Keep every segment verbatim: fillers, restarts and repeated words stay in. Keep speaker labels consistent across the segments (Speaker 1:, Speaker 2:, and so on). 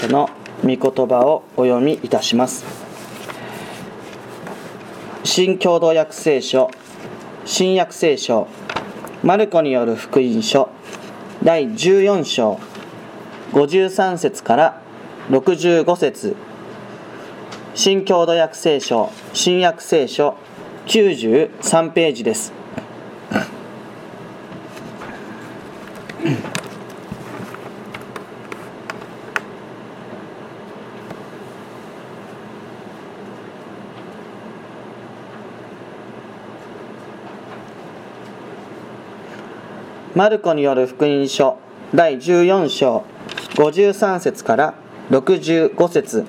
Speaker 1: の御言葉をお読みいたします。新共同訳聖書、新約聖書、マルコによる福音書だいじゅうよん章ごじゅうさん節からろくじゅうご節、新共同訳聖書、新約聖書きゅうじゅうさんページです。マルコによる福音書だいじゅうよん章ごじゅうさん節からろくじゅうご節。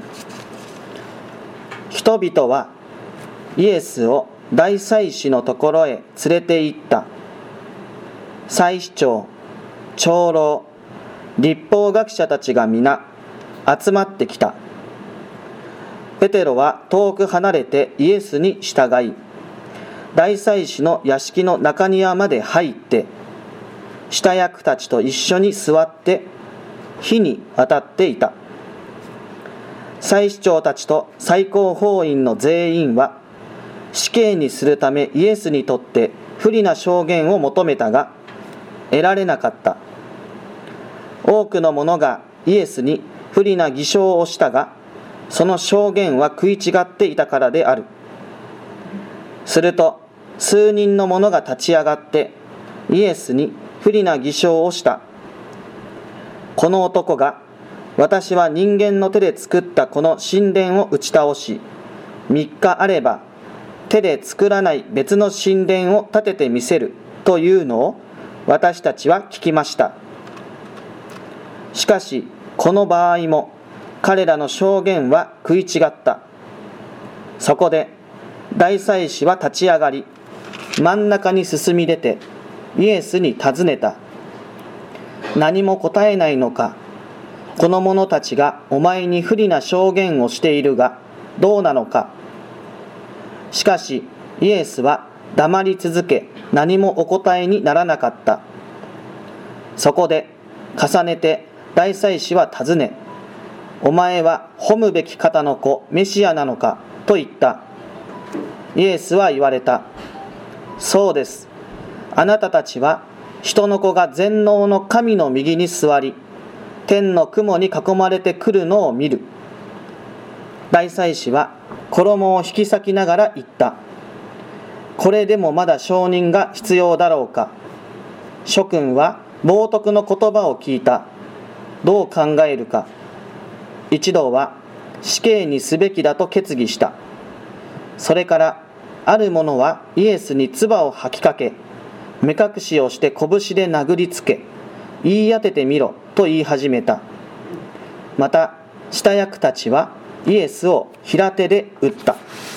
Speaker 1: 人々はイエスを大祭司のところへ連れて行った。祭司長、長老、律法学者たちが皆集まってきた。ペテロは遠く離れてイエスに従い、大祭司の屋敷の中庭まで入って下役たちと一緒に座って火に当たっていた。祭司長たちと最高法院の全員は死刑にするためイエスにとって不利な証言を求めたが得られなかった。多くの者がイエスに不利な偽証をしたが、その証言は食い違っていたからである。すると数人の者が立ち上がってイエスに不利な偽証をした。この男が、私は人間の手で作ったこの神殿を打ち倒し、みっかあれば手で作らない別の神殿を建ててみせるというのを私たちは聞きました。しかしこの場合も彼らの証言は食い違った。そこで大祭司は立ち上がり、真ん中に進み出てイエスに尋ねた。何も答えないのか。この者たちがお前に不利な証言をしているがどうなのか。しかしイエスは黙り続け、何もお答えにならなかった。そこで重ねて大祭司は尋ね、お前は褒むべき方の子メシアなのかと言った。イエスは言われた。そうです。あなたたちは人の子が全能の神の右に座り、天の雲に囲まれてくるのを見る。大祭司は衣を引き裂きながら言った。これでもまだ証人が必要だろうか。諸君は冒涜の言葉を聞いた。どう考えるか。一同は死刑にすべきだと決議した。それからある者はイエスに唾を吐きかけ、目隠しをして拳で殴りつけ、言い当ててみろと言い始めた。また下役たちはイエスを平手で打った。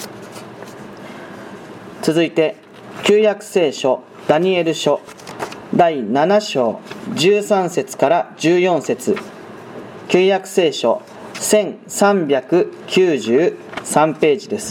Speaker 1: 続いて旧約聖書ダニエル書だいなな章じゅうさん節からじゅうよん節、旧約聖書せんさんびゃくきゅうじゅうさんページです。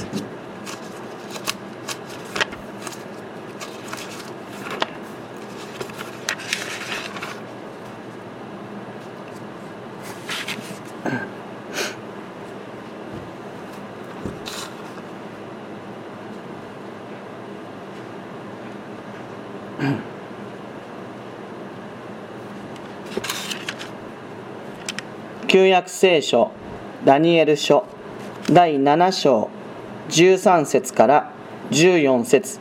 Speaker 1: 旧約聖書ダニエル書だいなな章じゅうさん節からじゅうよん節。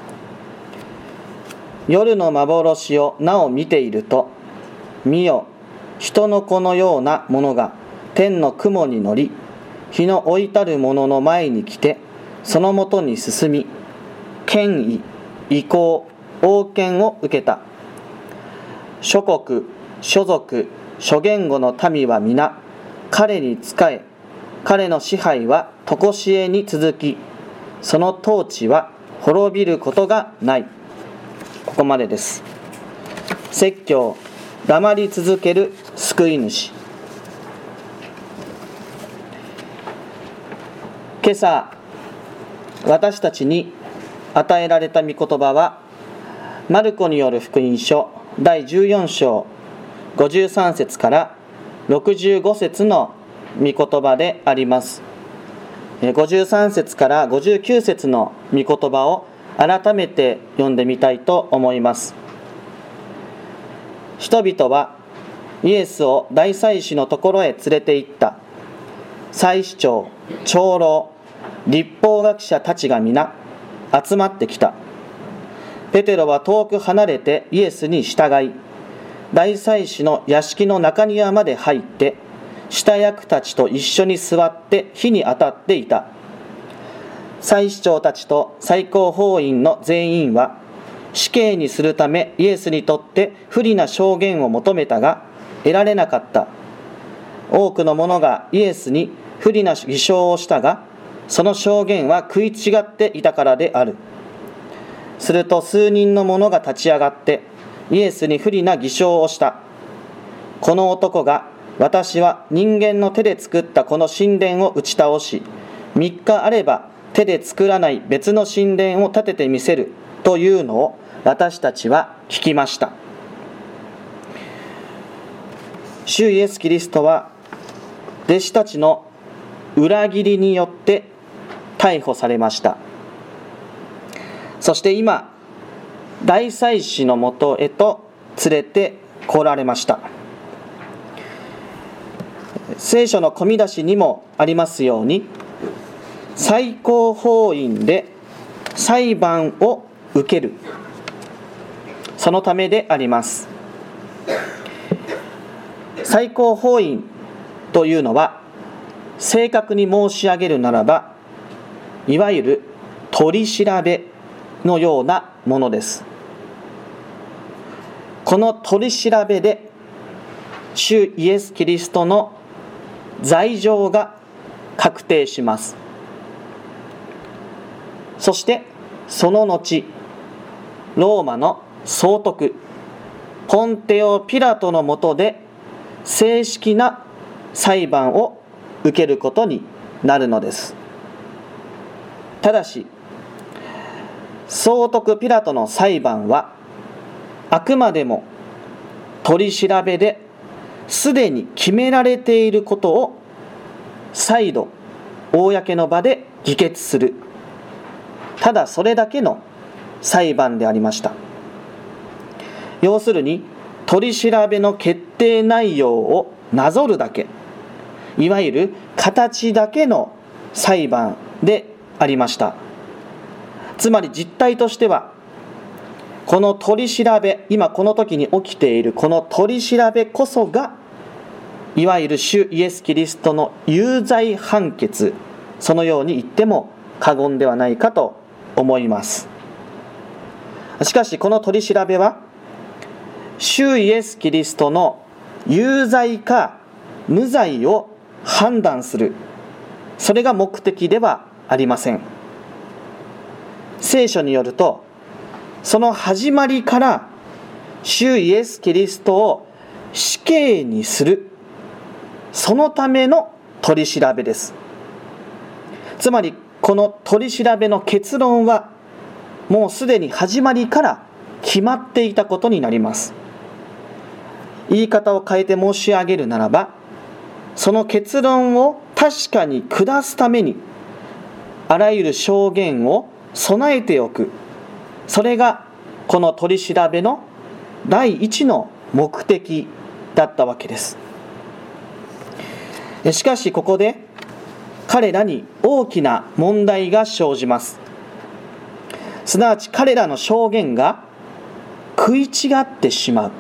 Speaker 1: 夜の幻をなお見ていると、見よ、人の子のようなものが天の雲に乗り、日の置いたるものの前に来て、そのもとに進み、権威、威光、王権を受けた。諸国、諸族、諸言語の民は皆彼に仕え、彼の支配は常しえに続き、その統治は滅びることがない。ここまでです。説教、黙り続ける救い主。今朝私たちに与えられた御言葉は、マルコによる福音書だいじゅうよん章ごじゅうさん節からろくじゅうご節の御言葉であります。ごじゅうさん節からごじゅうきゅう節の御言葉を改めて読んでみたいと思います。人々はイエスを大祭司のところへ連れて行った。祭司長、長老、律法学者たちが皆集まってきた。ペテロは遠く離れてイエスに従い、大祭司の屋敷の中庭まで入って、下役たちと一緒に座って火に当たっていた。祭司長たちと最高法院の全員は死刑にするためイエスにとって不利な証言を求めたが得られなかった。多くの者がイエスに不利な偽証をしたが、その証言は食い違っていたからである。すると数人の者が立ち上がってイエスに不利な偽証をした。この男が、私は人間の手で作ったこの神殿を打ち倒し、みっかあれば手で作らない別の神殿を建ててみせるというのを私たちは聞きました。主イエス・キリストは弟子たちの裏切りによって逮捕されました。そして今、大祭司のもとへと連れて来られました。聖書の込み出しにもありますように、最高法院で裁判を受ける、そのためであります。最高法院というのは、正確に申し上げるならば、いわゆる取り調べのようなものです。この取り調べで、主イエス・キリストの罪状が確定します。そしてその後、ローマの総督ポンテオ・ピラトの下で正式な裁判を受けることになるのです。ただし、総督ピラトの裁判はあくまでも取り調べですでに決められていることを再度公の場で議決する、ただそれだけの裁判でありました。要するに取り調べの決定内容をなぞるだけ、いわゆる形だけの裁判でありました。つまり実態としては、この取り調べ、今この時に起きているこの取り調べこそが、いわゆる主イエス・キリストの有罪判決、そのように言っても過言ではないかと思います。しかしこの取り調べは、主イエス・キリストの有罪か無罪を判断する、それが目的ではありません。聖書によると、その始まりから主イエス・キリストを死刑にする、そのための取り調べです。つまりこの取り調べの結論はもうすでに始まりから決まっていたことになります。言い方を変えて申し上げるならば、その結論を確かに下すためにあらゆる証言を備えておく、それがこの取り調べの第一の目的だったわけです。しかしここで彼らに大きな問題が生じます。すなわち彼らの証言が食い違ってしまう。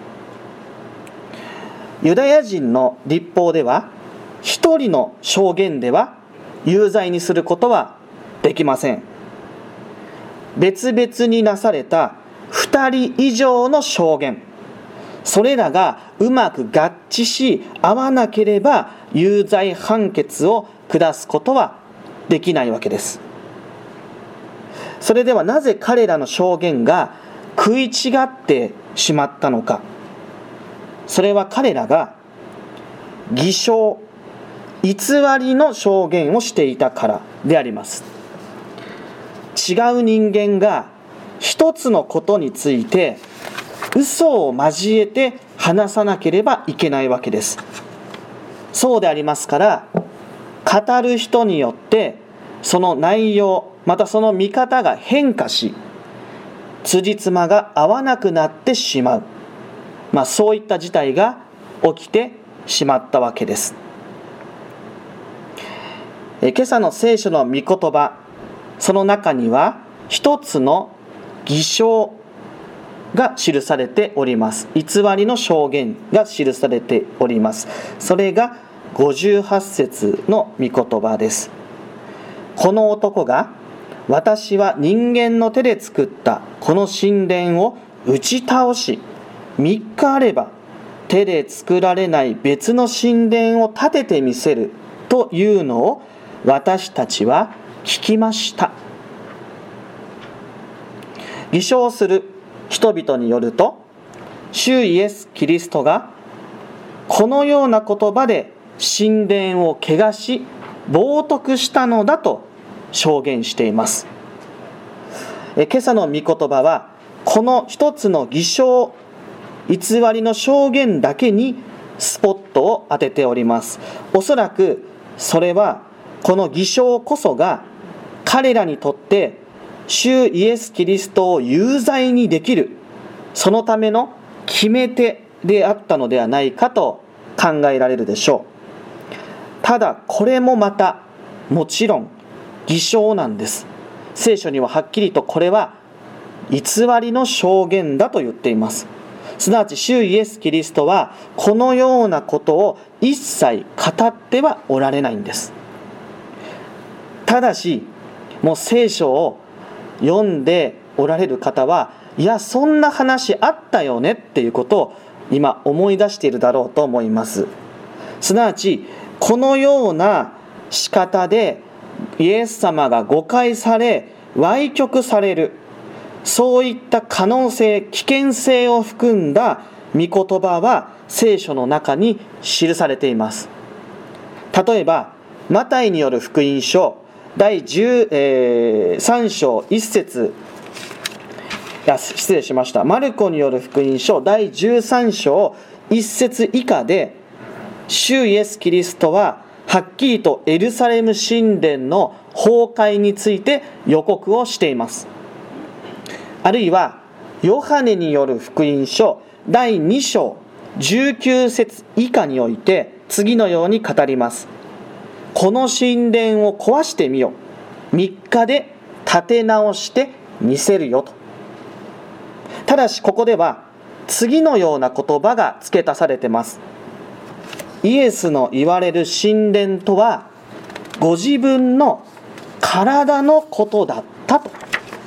Speaker 1: ユダヤ人の律法では、一人の証言では有罪にすることはできません。別々になされた二人以上の証言、それらがうまく合致し合わなければ有罪判決を下すことはできないわけです。それではなぜ彼らの証言が食い違ってしまったのか。それは彼らが偽証、偽りの証言をしていたからであります。違う人間が一つのことについて嘘を交えて話さなければいけないわけです。 そうでありますから、語る人によってその内容、またその見方が変化し、辻褄が合わなくなってしまう、まあ、そういった事態が起きてしまったわけです。え今朝の聖書の御言葉、その中には一つの偽証が記されております。偽りの証言が記されております。それがごじゅうはち節の御言葉です。この男が、私は人間の手で作ったこの神殿を打ち倒し、みっかあれば手で作られない別の神殿を建ててみせるというのを私たちは聞きました。偽証する人々によると、主イエス・キリストがこのような言葉で神殿を汚し冒涜したのだと証言しています。え今朝の御言葉は、この一つの偽証、偽りの証言だけにスポットを当てております。おそらくそれはこの偽証こそが彼らにとって主イエス・キリストを有罪にできる、そのための決め手であったのではないかと考えられるでしょう。ただこれもまたもちろん偽証なんです。聖書にははっきりとこれは偽りの証言だと言っています。すなわち主イエス・キリストはこのようなことを一切語ってはおられないんです。ただしもう聖書を読んでおられる方は、いやそんな話あったよねっていうことを今思い出しているだろうと思います。すなわちこのような仕方でイエス様が誤解され歪曲される、そういった可能性、危険性を含んだ御言葉は聖書の中に記されています。例えばマタイによる福音書第じゅうさん章いち節、いや失礼しましたマルコによる福音書第じゅうさん章いち節以下で、主イエス・キリストははっきりとエルサレム神殿の崩壊について予告をしています。あるいはヨハネによる福音書第に章じゅうきゅう節以下において次のように語ります。この神殿を壊してみよ、みっかで建て直してみせるよと。ただしここでは次のような言葉が付け足されています。イエスの言われる神殿とはご自分の体のことだったと。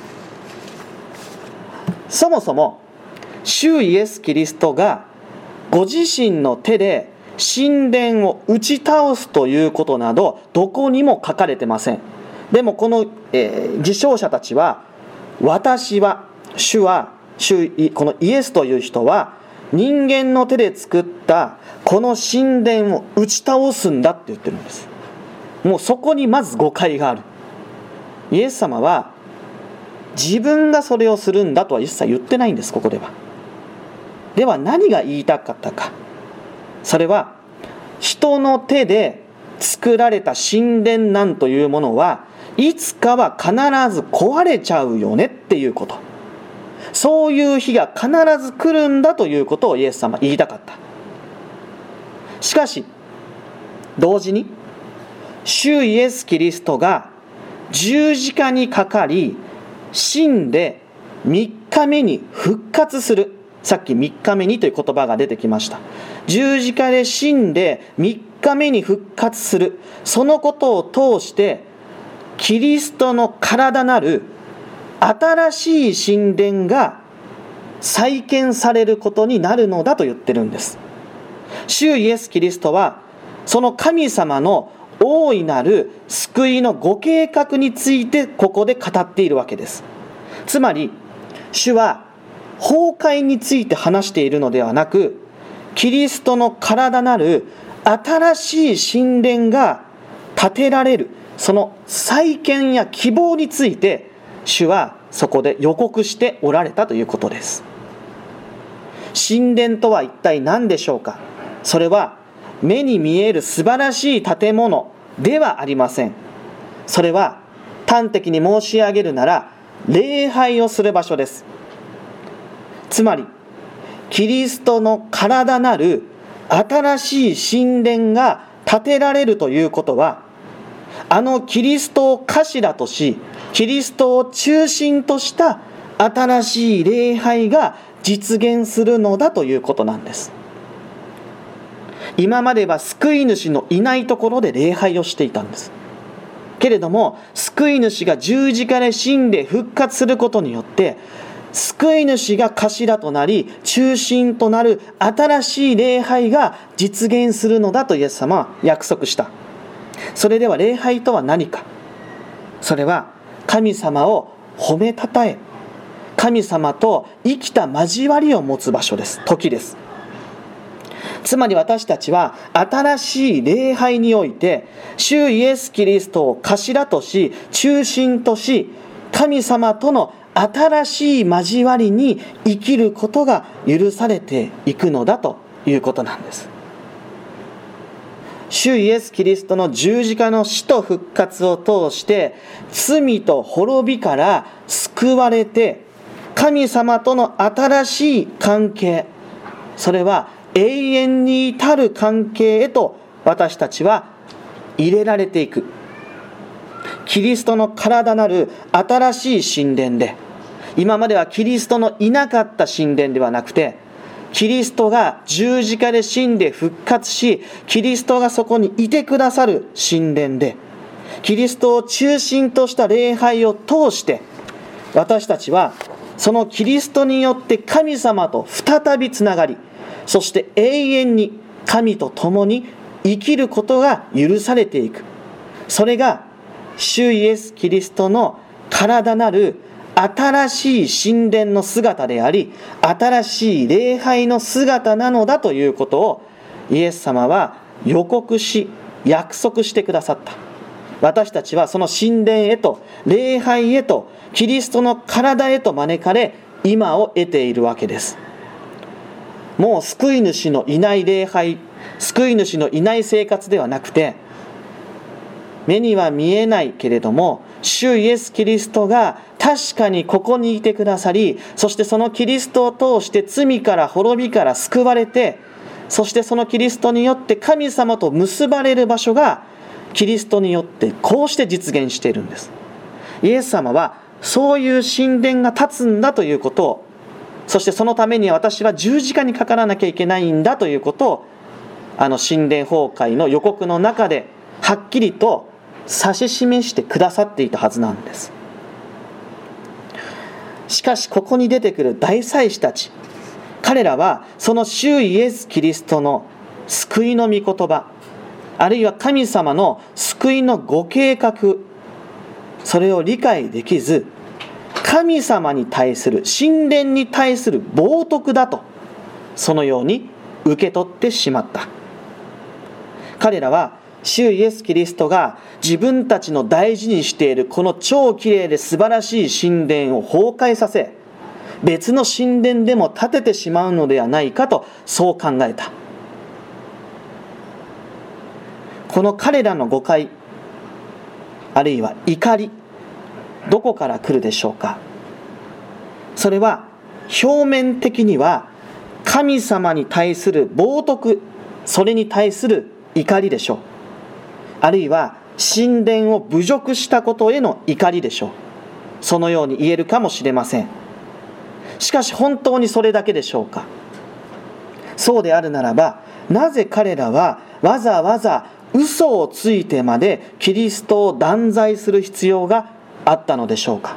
Speaker 1: そもそも主イエス・キリストがご自身の手で神殿を打ち倒すということなどどこにも書かれてません。でもこの、えー、偽証者たちは、私は主は主このイエスという人は人間の手で作ったこの神殿を打ち倒すんだって言ってるんです。もうそこにまず誤解がある。イエス様は自分がそれをするんだとは一切言ってないんです。ここでは。では何が言いたかったか。それは人の手で作られた神殿なんというものはいつかは必ず壊れちゃうよねっていうこと。そういう日が必ず来るんだということをイエス様は言いたかった。しかし同時に主イエス・キリストが十字架にかかり死んでみっかめに復活する。さっきみっかめにという言葉が出てきました。十字架で死んでみっかめに復活する。そのことを通してキリストの体なる新しい神殿が再建されることになるのだと言ってるんです。主イエス・キリストはその神様の大いなる救いのご計画についてここで語っているわけです。つまり主は崩壊について話しているのではなく、キリストの体なる新しい神殿が建てられる、その再建や希望について主はそこで予告しておられたということです。神殿とは一体何でしょうか。それは目に見える素晴らしい建物ではありません。それは端的に申し上げるなら礼拝をする場所です。つまりキリストの体なる新しい神殿が建てられるということは、あのキリストを頭とし、キリストを中心とした新しい礼拝が実現するのだということなんです。今までは救い主のいないところで礼拝をしていたんです。けれども救い主が十字架で死んで復活することによって、救い主が頭となり中心となる新しい礼拝が実現するのだとイエス様は約束した。それでは礼拝とは何か。それは神様を褒めたたえ、神様と生きた交わりを持つ場所です。時です。つまり私たちは新しい礼拝において主イエス・キリストを頭とし中心とし、神様との新しい交わりに生きることが許されていくのだということなんです。主イエス・キリストの十字架の死と復活を通して罪と滅びから救われて、神様との新しい関係、それは永遠に至る関係へと私たちは入れられていく。キリストの体なる新しい神殿で、今まではキリストのいなかった神殿ではなくて、キリストが十字架で死んで復活し、キリストがそこにいてくださる神殿で、キリストを中心とした礼拝を通して、私たちはそのキリストによって神様と再びつながり、そして永遠に神と共に生きることが許されていく。それが主イエス・キリストの体なる新しい神殿の姿であり、新しい礼拝の姿なのだということをイエス様は予告し約束してくださった。私たちはその神殿へと礼拝へとキリストの体へと招かれ、今を得ているわけです。もう救い主のいない礼拝、救い主のいない生活ではなくて、目には見えないけれども主イエス・キリストが確かにここにいてくださり、そしてそのキリストを通して罪から滅びから救われて、そしてそのキリストによって神様と結ばれる場所がキリストによってこうして実現しているんです。イエス様はそういう神殿が立つんだということを、そしてそのために私は十字架にかからなきゃいけないんだということを、あの神殿崩壊の予告の中ではっきりと指し示してくださっていたはずなんです。しかしここに出てくる大祭司たち、彼らはその主イエス・キリストの救いの御言葉、あるいは神様の救いのご計画、それを理解できず、神様に対する、神殿に対する冒涜だと、そのように受け取ってしまった。彼らは主イエス・キリストが自分たちの大事にしているこの超きれいで素晴らしい神殿を崩壊させ、別の神殿でも建ててしまうのではないかと、そう考えた。この彼らの誤解、あるいは怒り、どこから来るでしょうか。それは表面的には神様に対する冒涜、それに対する怒りでしょう。あるいは神殿を侮辱したことへの怒りでしょう。そのように言えるかもしれません。しかし本当にそれだけでしょうか。そうであるならば、なぜ彼らはわざわざ嘘をついてまでキリストを断罪する必要があったのでしょうか。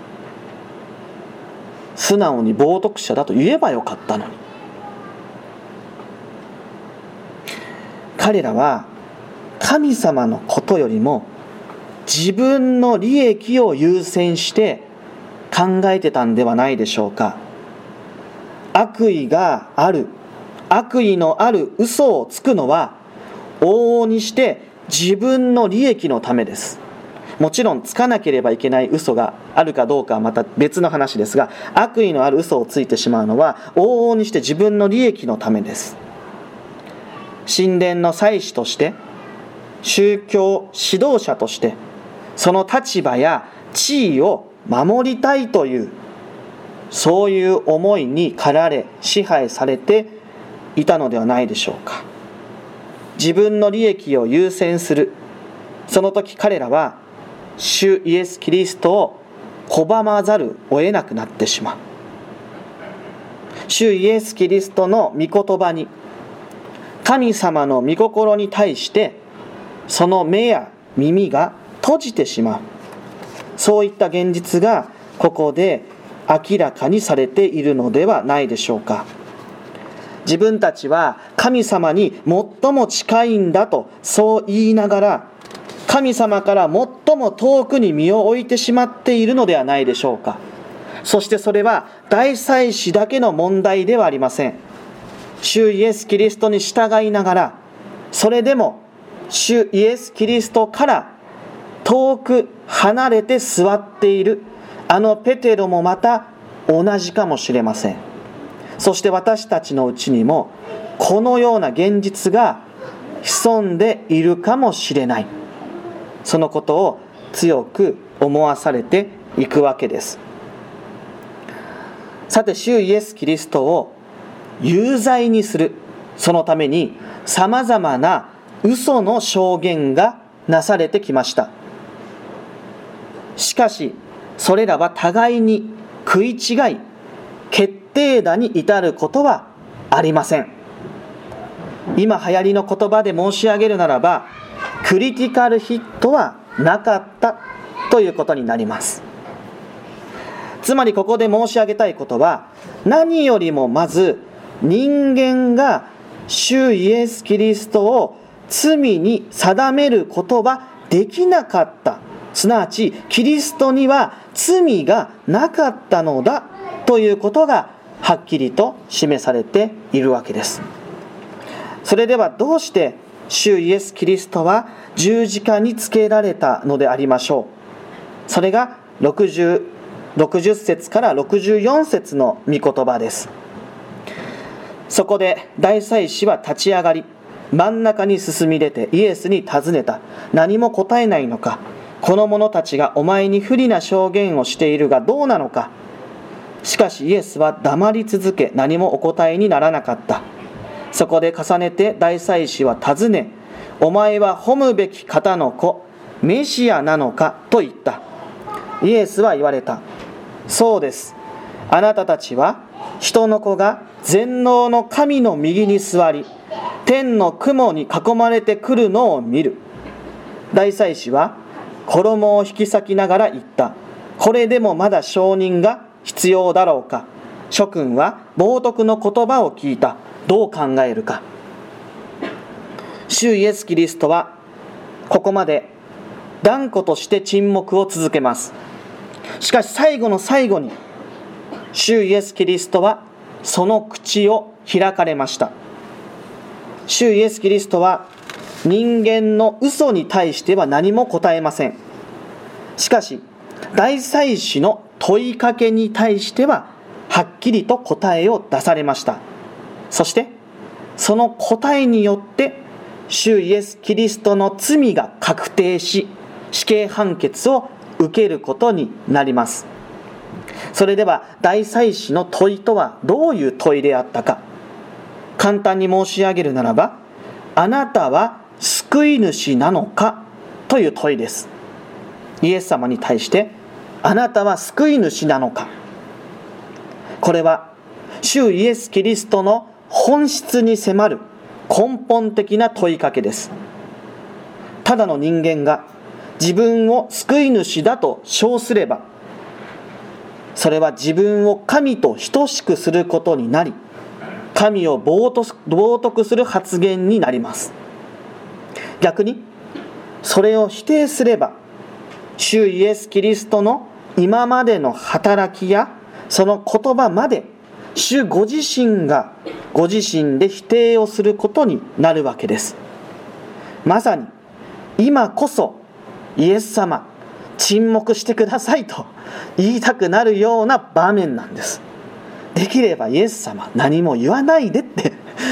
Speaker 1: 素直に冒涜者だと言えばよかったのに。彼らは神様のことよりも自分の利益を優先して考えてたんではないでしょうか。悪意がある、悪意のある嘘をつくのは往々にして自分の利益のためです。もちろんつかなければいけない嘘があるかどうかはまた別の話ですが、悪意のある嘘をついてしまうのは往々にして自分の利益のためです。 神殿の祭司として、宗教指導者として、その立場や地位を守りたいという、そういう思いに駆られ支配されていたのではないでしょうか。自分の利益を優先する、その時彼らは主イエス・キリストを拒まざるを得なくなってしまう。主イエス・キリストの御言葉に、神様の御心に対してその目や耳が閉じてしまう、そういった現実がここで明らかにされているのではないでしょうか。自分たちは神様に最も近いんだとそう言いながら、神様から最も遠くに身を置いてしまっているのではないでしょうか。そしてそれは大祭司だけの問題ではありません。主イエス・キリストに従いながら、それでも主イエス・キリストから遠く離れて座っているあのペテロもまた同じかもしれません。そして私たちのうちにもこのような現実が潜んでいるかもしれない、そのことを強く思わされていくわけです。さて、主イエス・キリストを有罪にする、そのためにさまざまな嘘の証言がなされてきました。しかしそれらは互いに食い違い、決定打に至ることはありません。今流行りの言葉で申し上げるならば、クリティカルヒットはなかったということになります。つまりここで申し上げたいことは、何よりもまず人間が主イエス・キリストを罪に定めることはできなかった、すなわちキリストには罪がなかったのだということがはっきりと示されているわけです。それではどうして主イエス・キリストは十字架につけられたのでありましょう。それがろくじゅう、ろくじゅっ節からろくじゅうよん節の御言葉です。そこで大祭司は立ち上がり、真ん中に進み出てイエスに尋ねた。何も答えないのか。この者たちがお前に不利な証言をしているがどうなのか。しかしイエスは黙り続け、何もお答えにならなかった。そこで重ねて大祭司は尋ね、お前は褒むべき方の子、メシアなのかと言った。イエスは言われた。そうです。あなたたちは人の子が全能の神の右に座り、天の雲に囲まれてくるのを見る。大祭司は衣を引き裂きながら言った。これでもまだ証人が必要だろうか。諸君は冒涜の言葉を聞いた。どう考えるか。主イエス・キリストはここまで断固として沈黙を続けます。しかし最後の最後に主イエス・キリストはその口を開かれました。主イエス・キリストは人間の嘘に対しては何も答えません。しかし大祭司の問いかけに対してははっきりと答えを出されました。そしてその答えによって主イエス・キリストの罪が確定し、死刑判決を受けることになります。それでは大祭司の問いとはどういう問いであったか。簡単に申し上げるならば、あなたは救い主なのかという問いです。イエス様に対して、あなたは救い主なのか。これは主イエス・キリストの本質に迫る根本的な問いかけです。ただの人間が自分を救い主だと称すれば、それは自分を神と等しくすることになり、神を冒涜する発言になります。逆にそれを否定すれば、主イエス・キリストの今までの働きやその言葉まで主ご自身がご自身で否定をすることになるわけです。まさに今こそイエス様沈黙してくださいと言いたくなるような場面なんです。できればイエス様何も言わないでって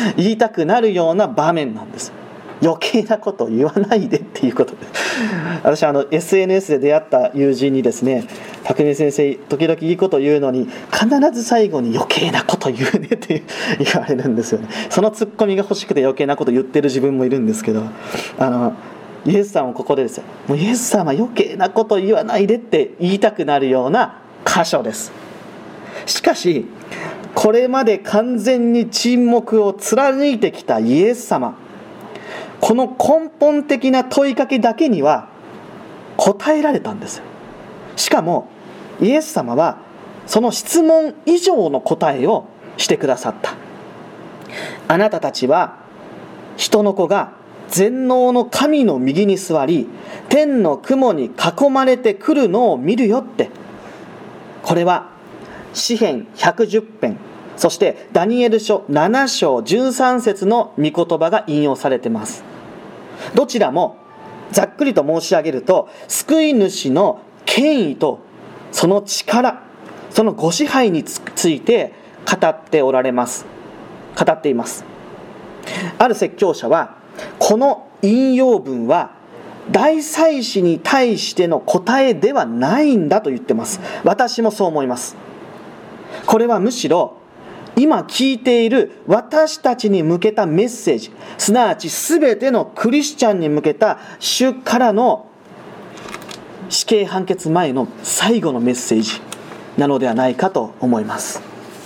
Speaker 1: 言いたくなるような場面なんです。余計なことを言わないでっていうことで、私はあの エスエヌエス で出会った友人にですね、匠先生時々いいこと言うのに必ず最後に余計なこと言うねって言われるんですよね。そのツッコミが欲しくて余計なこと言ってる自分もいるんですけど、あのイエス様もここでですよ、もうイエス様余計なこと言わないでって言いたくなるような箇所です。しかしこれまで完全に沈黙を貫いてきたイエス様、この根本的な問いかけだけには答えられたんです。しかもイエス様はその質問以上の答えをしてくださった。あなたたちは人の子が全能の神の右に座り、天の雲に囲まれてくるのを見るよって。これは詩編ひゃくじゅう編、そしてダニエル書なな章じゅうさん節の御言葉が引用されています。どちらもざっくりと申し上げると、救い主の権威とその力、そのご支配について語っておられます語っています。ある説教者は、この引用文は大祭司に対しての答えではないんだと言ってます。私もそう思います。これはむしろ今聞いている私たちに向けたメッセージ、すなわち全てのクリスチャンに向けた主からの死刑判決前の最後のメッセージなのではないかと思います。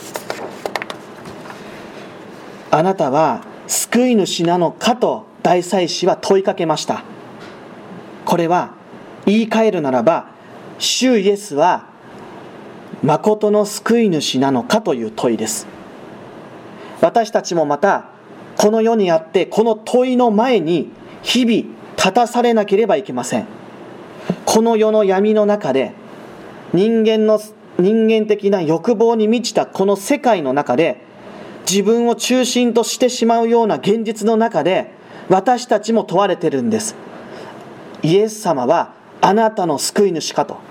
Speaker 1: あなたは救い主なのかと大祭司は問いかけました。これは言い換えるならば、主イエスは誠の救い主なのかという問いです。私たちもまたこの世にあってこの問いの前に日々立たされなければいけません。この世の闇の中で、人間の人間的な欲望に満ちたこの世界の中で、自分を中心としてしまうような現実の中で私たちも問われているんです。イエス様はあなたの救い主かと。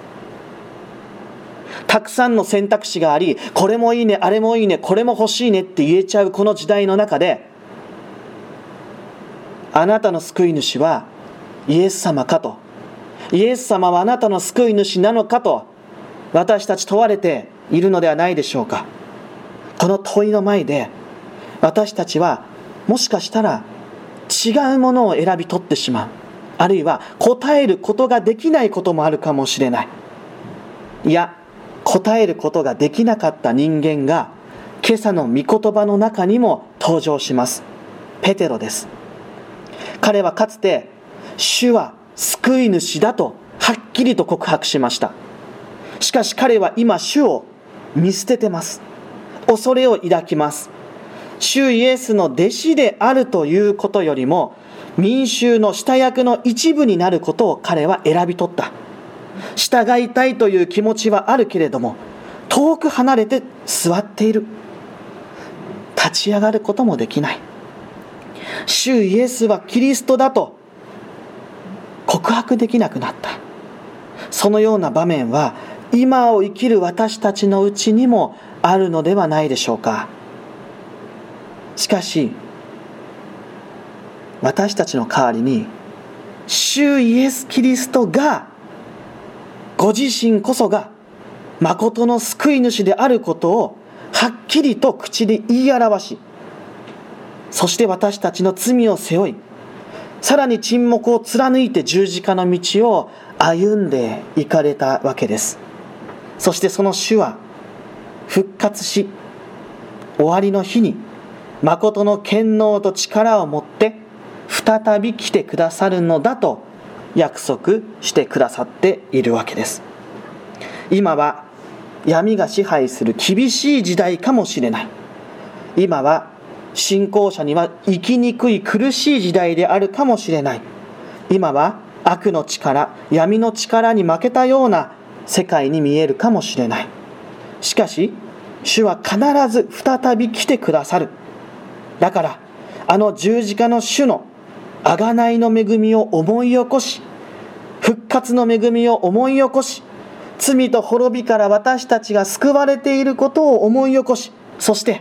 Speaker 1: たくさんの選択肢があり、これもいいね、あれもいいね、これも欲しいねって言えちゃうこの時代の中で、あなたの救い主はイエス様かと、イエス様はあなたの救い主なのかと、私たち問われているのではないでしょうか。この問いの前で私たちはもしかしたら違うものを選び取ってしまう、あるいは答えることができないこともあるかもしれない。いや、答えることができなかった人間が今朝の御言葉の中にも登場します。ペテロです。彼はかつて主は救い主だとはっきりと告白しました。しかし彼は今主を見捨ててます。恐れを抱きます。主イエスの弟子であるということよりも、民衆の下役の一部になることを彼は選び取った。従いたいという気持ちはあるけれども、遠く離れて座っている。立ち上がることもできない。主イエスはキリストだと告白できなくなった。そのような場面は今を生きる私たちのうちにもあるのではないでしょうか。しかし私たちの代わりに主イエスキリストがご自身こそが誠の救い主であることをはっきりと口で言い表し、そして私たちの罪を背負い、さらに沈黙を貫いて十字架の道を歩んでいかれたわけです。そしてその主は復活し、終わりの日に誠の権能と力を持って再び来てくださるのだと約束してくださっているわけです。今は闇が支配する厳しい時代かもしれない。今は信仰者には生きにくい苦しい時代であるかもしれない。今は悪の力、闇の力に負けたような世界に見えるかもしれない。しかし主は必ず再び来てくださる。だからあの十字架の主の贖いの恵みを思い起こし、復活の恵みを思い起こし、罪と滅びから私たちが救われていることを思い起こし、そして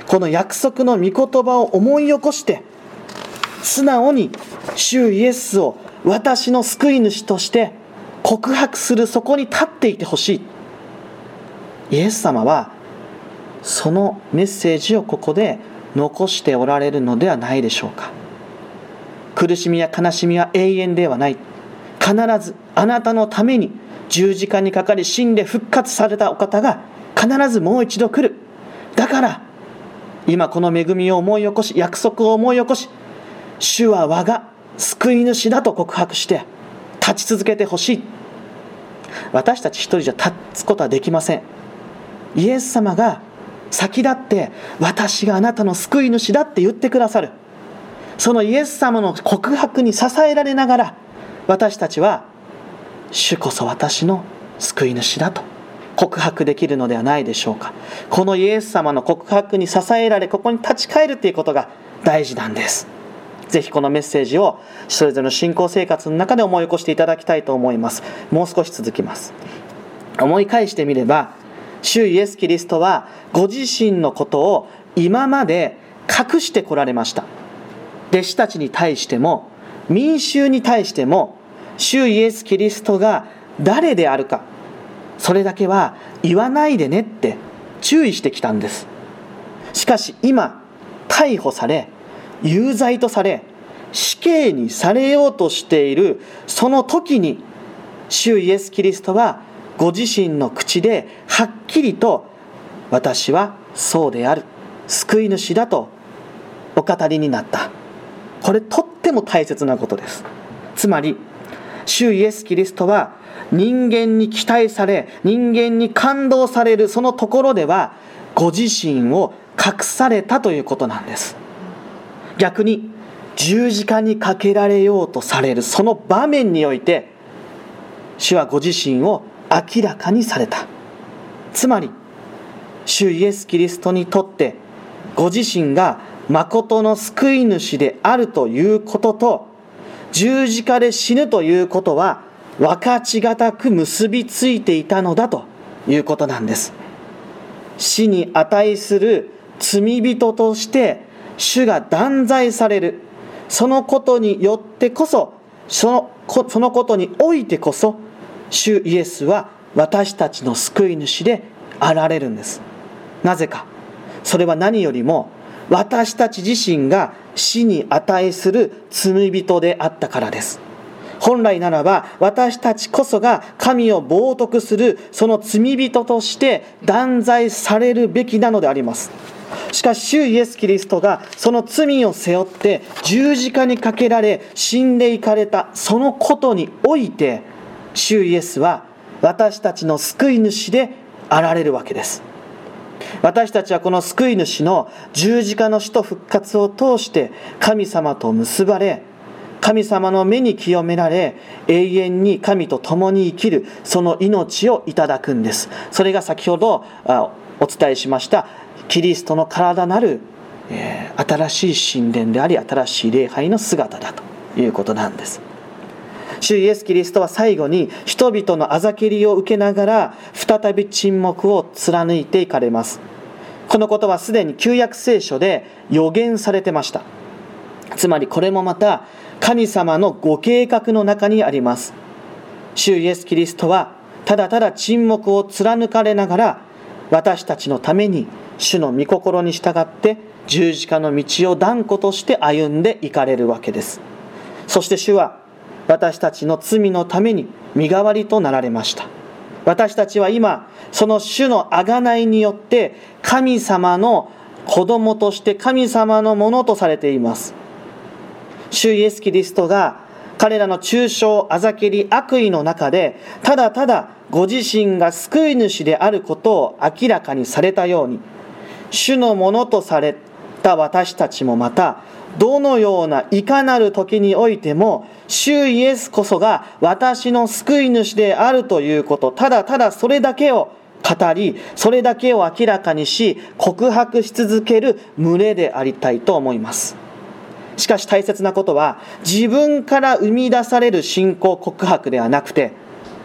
Speaker 1: この約束の御言葉を思い起こして、素直に主イエスを私の救い主として告白する、そこに立っていてほしい。イエス様はそのメッセージをここで残しておられるのではないでしょうか。苦しみや悲しみは永遠ではない。必ずあなたのために十字架にかかり死んで復活されたお方が必ずもう一度来る。だから今この恵みを思い起こし、約束を思い起こし、主は我が救い主だと告白して立ち続けてほしい。私たち一人じゃ立つことはできません。イエス様が先立って私があなたの救い主だって言ってくださる。そのイエス様の告白に支えられながら、私たちは主こそ私の救い主だと告白できるのではないでしょうか。このイエス様の告白に支えられ、ここに立ち返るということが大事なんです。ぜひこのメッセージをそれぞれの信仰生活の中で思い起こしていただきたいと思います。もう少し続きます。思い返してみれば、主イエス・キリストはご自身のことを今まで隠してこられました。弟子たちに対しても民衆に対しても、主イエス・キリストが誰であるか、それだけは言わないでねって注意してきたんです。しかし今逮捕され有罪とされ死刑にされようとしているその時に、主イエス・キリストはご自身の口ではっきりと私はそうである、救い主だとお語りになった。これとっても大切なことです。つまり主イエス・キリストは人間に期待され、人間に感動されるそのところではご自身を隠されたということなんです。逆に十字架にかけられようとされるその場面において、主はご自身を明らかにされた。つまり主イエス・キリストにとってご自身が誠の救い主であるということと、十字架で死ぬということは分かちがたく結びついていたのだということなんです。死に値する罪人として主が断罪される、そのことによってこそ、その、そのことにおいてこそ、主イエスは私たちの救い主であられるんです。なぜか、それは何よりも私たち自身が死に値する罪人であったからです。本来ならば私たちこそが神を冒涜するその罪人として断罪されるべきなのであります。しかし主イエス・キリストがその罪を背負って十字架にかけられ死んでいかれたそのことにおいて、主イエスは私たちの救い主であられるわけです。私たちはこの救い主の十字架の死と復活を通して神様と結ばれ、神様の目に清められ、永遠に神と共に生きるその命をいただくんです。それが先ほどお伝えしましたキリストの体なる、えー、新しい神殿であり、新しい礼拝の姿だということなんです。主イエス・キリストは最後に人々のあざけりを受けながら再び沈黙を貫いていかれます。このことはすでに旧約聖書で予言されてました。つまりこれもまた神様のご計画の中にあります。主イエス・キリストはただただ沈黙を貫かれながら、私たちのために主の御心に従って十字架の道を断固として歩んでいかれるわけです。そして主は私たちの罪のために身代わりとなられました。私たちは今その主の贖いによって神様の子供として神様のものとされています。主イエス・キリストが彼らの中傷、あざけり、悪意の中でただただご自身が救い主であることを明らかにされたように、主のものとされた私たちもまたどのようないかなる時においても主イエスこそが私の救い主であるということ、ただただそれだけを語り、それだけを明らかにし告白し続ける群れでありたいと思います。しかし大切なことは、自分から生み出される信仰告白ではなくて、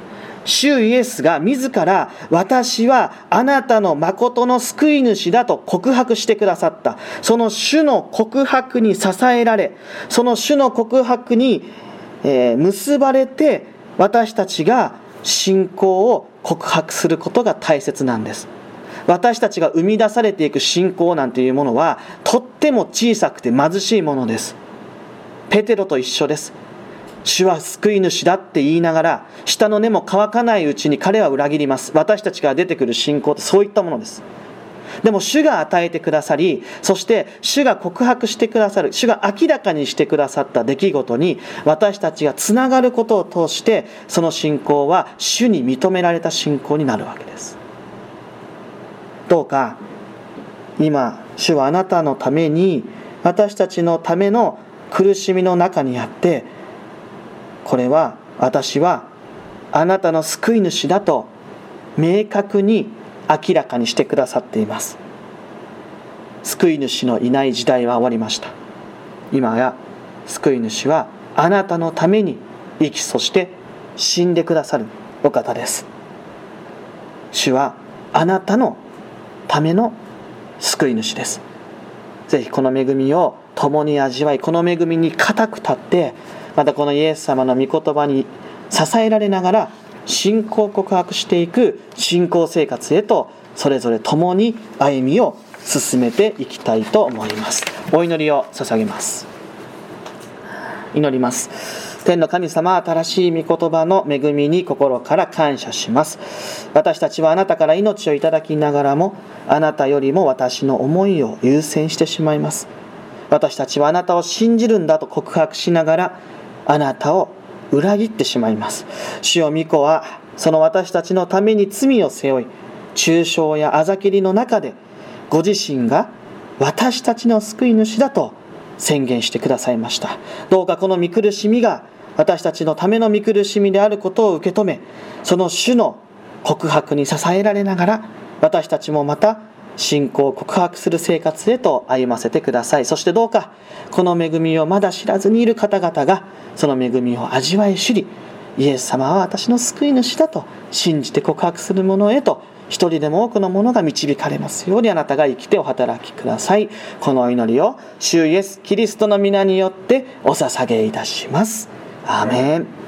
Speaker 1: 主イエスが自ら私はあなたの誠の救い主だと告白してくださった。その主の告白に支えられ、その主の告白に、えー、結ばれて、私たちが信仰を告白することが大切なんです。私たちが生み出されていく信仰なんていうものはとっても小さくて貧しいものです。ペテロと一緒です。主は救い主だって言いながら、舌の根も乾かないうちに彼は裏切ります。私たちから出てくる信仰ってそういったものです。でも主が与えてくださり、そして主が告白してくださる、主が明らかにしてくださった出来事に私たちがつながることを通して、その信仰は主に認められた信仰になるわけです。どうか今、主はあなたのために、私たちのための苦しみの中にあって、これは私はあなたの救い主だと明確に明らかにしてくださっています。救い主のいない時代は終わりました。今や救い主はあなたのために生き、そして死んでくださるお方です。主はあなたのための救い主です。ぜひこの恵みを共に味わい、この恵みに固く立って、またこのイエス様の御言葉に支えられながら信仰告白していく信仰生活へと、それぞれ共に歩みを進めていきたいと思います。お祈りを捧げます。祈ります。天の神様、新しい御言葉の恵みに心から感謝します。私たちはあなたから命をいただきながらも、あなたよりも私の思いを優先してしまいます。私たちはあなたを信じるんだと告白しながら、あなたを裏切ってしまいます。主よ、御子はその私たちのために罪を背負い、中傷やあざきりの中でご自身が私たちの救い主だと宣言してくださいました。どうかこの御苦しみが私たちのための御苦しみであることを受け止め、その主の告白に支えられながら、私たちもまた信仰を告白する生活へと歩ませてください。そしてどうかこの恵みをまだ知らずにいる方々がその恵みを味わい知り、イエス様は私の救い主だと信じて告白する者へと、一人でも多くの者が導かれますように、あなたが生きてお働きください。この祈りを主イエスキリストの皆によってお捧げいたします。アーメン。